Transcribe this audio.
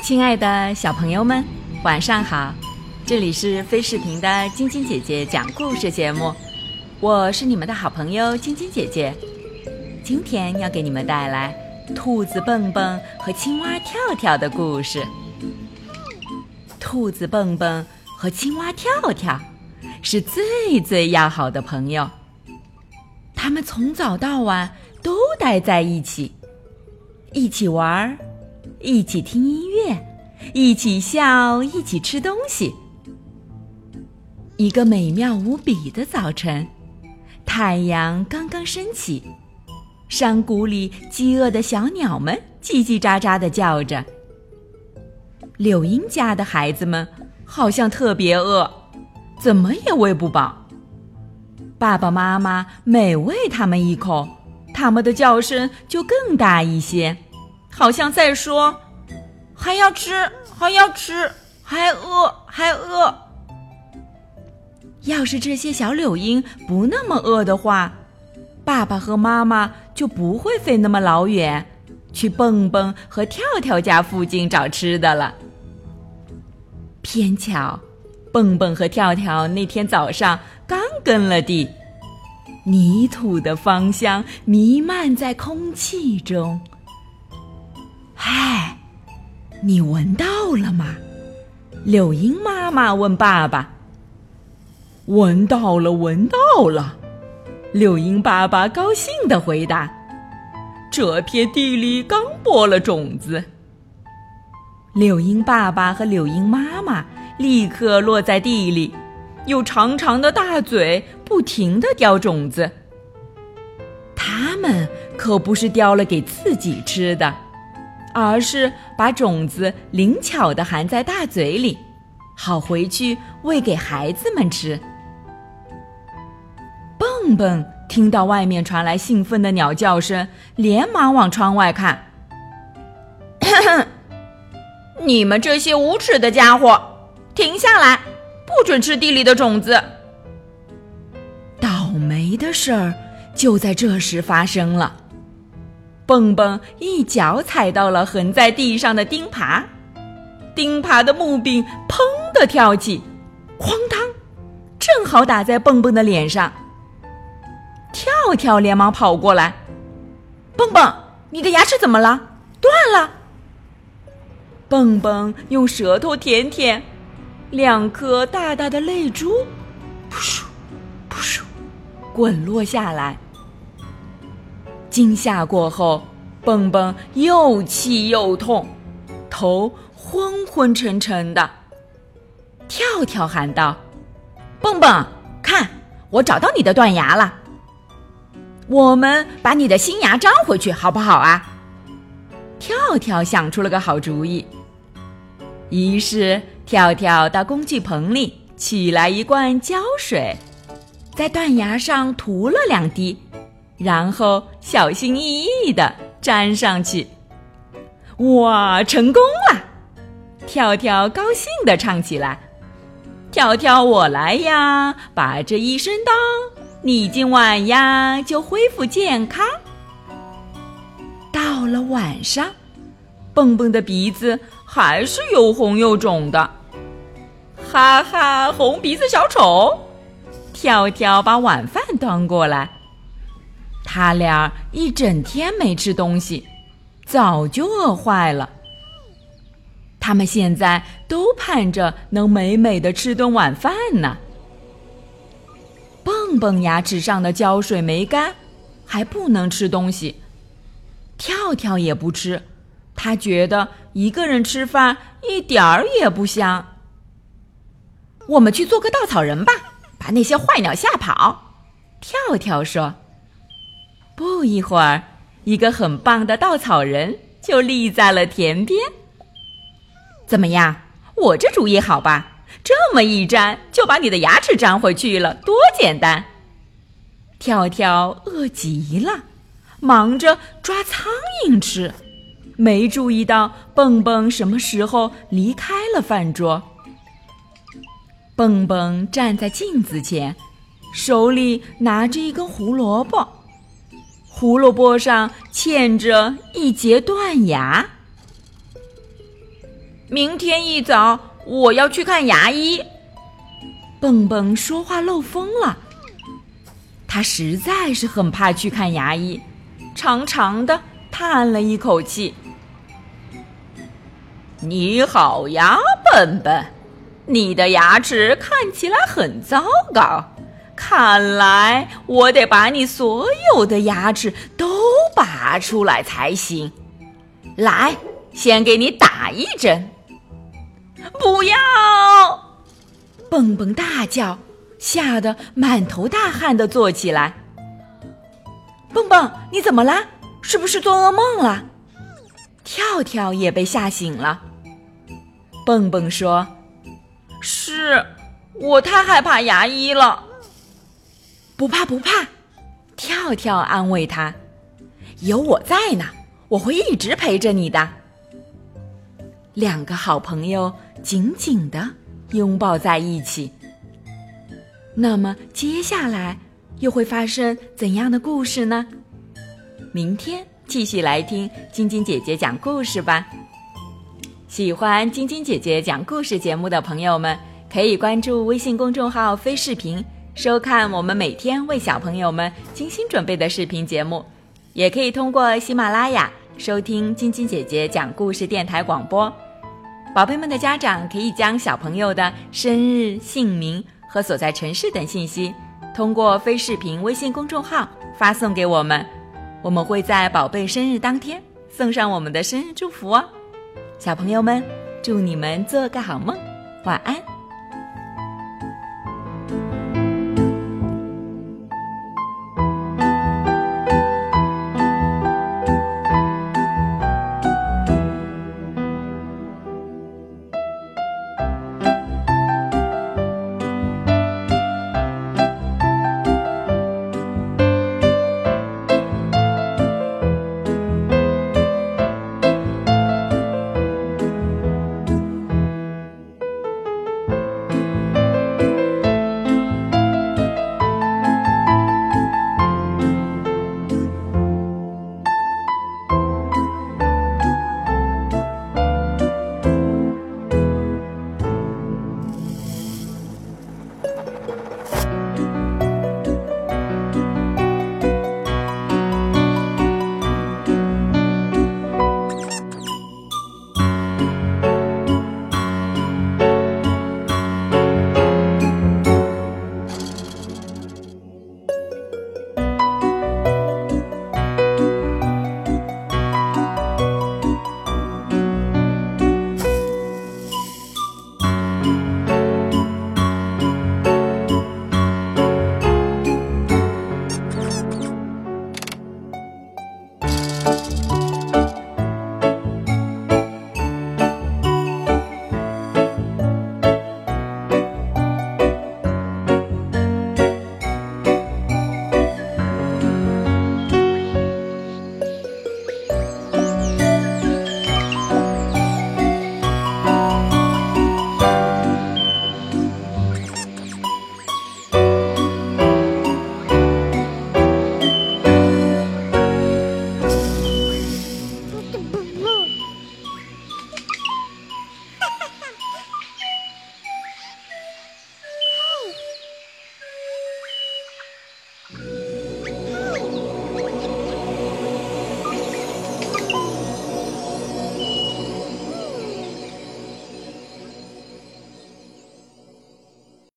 亲爱的小朋友们，晚上好！这里是飞视频的晶晶姐姐讲故事节目，我是你们的好朋友晶晶姐姐。今天要给你们带来兔子蹦蹦和青蛙跳跳的故事。兔子蹦蹦和青蛙跳跳是最要好的朋友，他们从早到晚都待在一起，一起玩，一起听音乐，一起笑，一起吃东西。一个美妙无比的早晨，太阳刚刚升起，山谷里饥饿的小鸟们叽叽喳喳地叫着。柳英家的孩子们好像特别饿，怎么也喂不饱。爸爸妈妈每喂他们一口，他们的叫声就更大一些，好像在说还要吃，还要吃，还饿，还饿。要是这些小柳莺不那么饿的话，爸爸和妈妈就不会飞那么老远，去蹦蹦和跳跳家附近找吃的了。偏巧，蹦蹦和跳跳那天早上刚耕了地，泥土的芳香弥漫在空气中。嗨，你闻到了吗？柳莺妈妈问爸爸。闻到了，闻到了，柳莺爸爸高兴地回答。这片地里刚播了种子。柳莺爸爸和柳莺妈妈立刻落在地里，用长长的大嘴不停地叼种子。他们可不是叼了给自己吃的，而是把种子灵巧地含在大嘴里，好回去喂给孩子们吃。蹦蹦听到外面传来兴奋的鸟叫声，连忙往窗外看。你们这些无耻的家伙，停下来，不准吃地里的种子！倒霉的事儿就在这时发生了。蹦蹦一脚踩到了横在地上的钉耙，钉耙的木柄砰地跳起，哐当，正好打在蹦蹦的脸上。跳跳连忙跑过来，蹦蹦，你的牙齿怎么了？断了。蹦蹦用舌头舔舔，两颗大大的泪珠扑簌扑簌滚落下来。惊吓过后，蹦蹦又气又痛，头昏昏沉沉的。跳跳喊道：蹦蹦，看，我找到你的断牙了，我们把你的新牙长回去好不好啊？跳跳想出了个好主意，于是跳跳到工具棚里取来一罐胶水，在断牙上涂了2滴，然后小心翼翼地粘上去。哇，成功了！跳跳高兴地唱起来：跳跳我来呀，把这一身当，你今晚呀就恢复健康。到了晚上，蹦蹦的鼻子还是又红又肿的。哈哈，红鼻子小丑！跳跳把晚饭端过来，他俩一整天没吃东西，早就饿坏了。他们现在都盼着能美美的吃顿晚饭呢。蹦蹦牙齿上的胶水没干，还不能吃东西。跳跳也不吃，他觉得一个人吃饭一点儿也不香。我们去做个稻草人吧，把那些坏鸟吓跑。跳跳说。不一会儿，一个很棒的稻草人就立在了田边。怎么样，我这主意好吧？这么一粘就把你的牙齿粘回去了，多简单！跳跳饿极了，忙着抓苍蝇吃，没注意到蹦蹦什么时候离开了饭桌。蹦蹦站在镜子前，手里拿着一根胡萝卜，胡萝卜上嵌着一截断牙。 明天一早我要去看牙医。蹦蹦说话漏风了，他实在是很怕去看牙医，长长的叹了一口气。你好呀，笨笨，你的牙齿看起来很糟糕，看来我得把你所有的牙齿都拔出来才行。来，先给你打一针。不要！蹦蹦大叫，吓得满头大汗地坐起来。蹦蹦，你怎么啦？是不是做噩梦了？跳跳也被吓醒了。蹦蹦说：是，我太害怕牙医了。不怕不怕，跳跳安慰他，有我在呢，我会一直陪着你的。两个好朋友紧紧地拥抱在一起。那么接下来又会发生怎样的故事呢？明天继续来听晶晶姐姐讲故事吧。喜欢晶晶姐姐讲故事节目的朋友们，可以关注微信公众号飞视频，收看我们每天为小朋友们精心准备的视频节目，也可以通过喜马拉雅收听晶晶姐姐讲故事电台广播。宝贝们的家长可以将小朋友的生日、姓名和所在城市等信息通过飞视频微信公众号发送给我们，我们会在宝贝生日当天送上我们的生日祝福哦。小朋友们，祝你们做个好梦，晚安。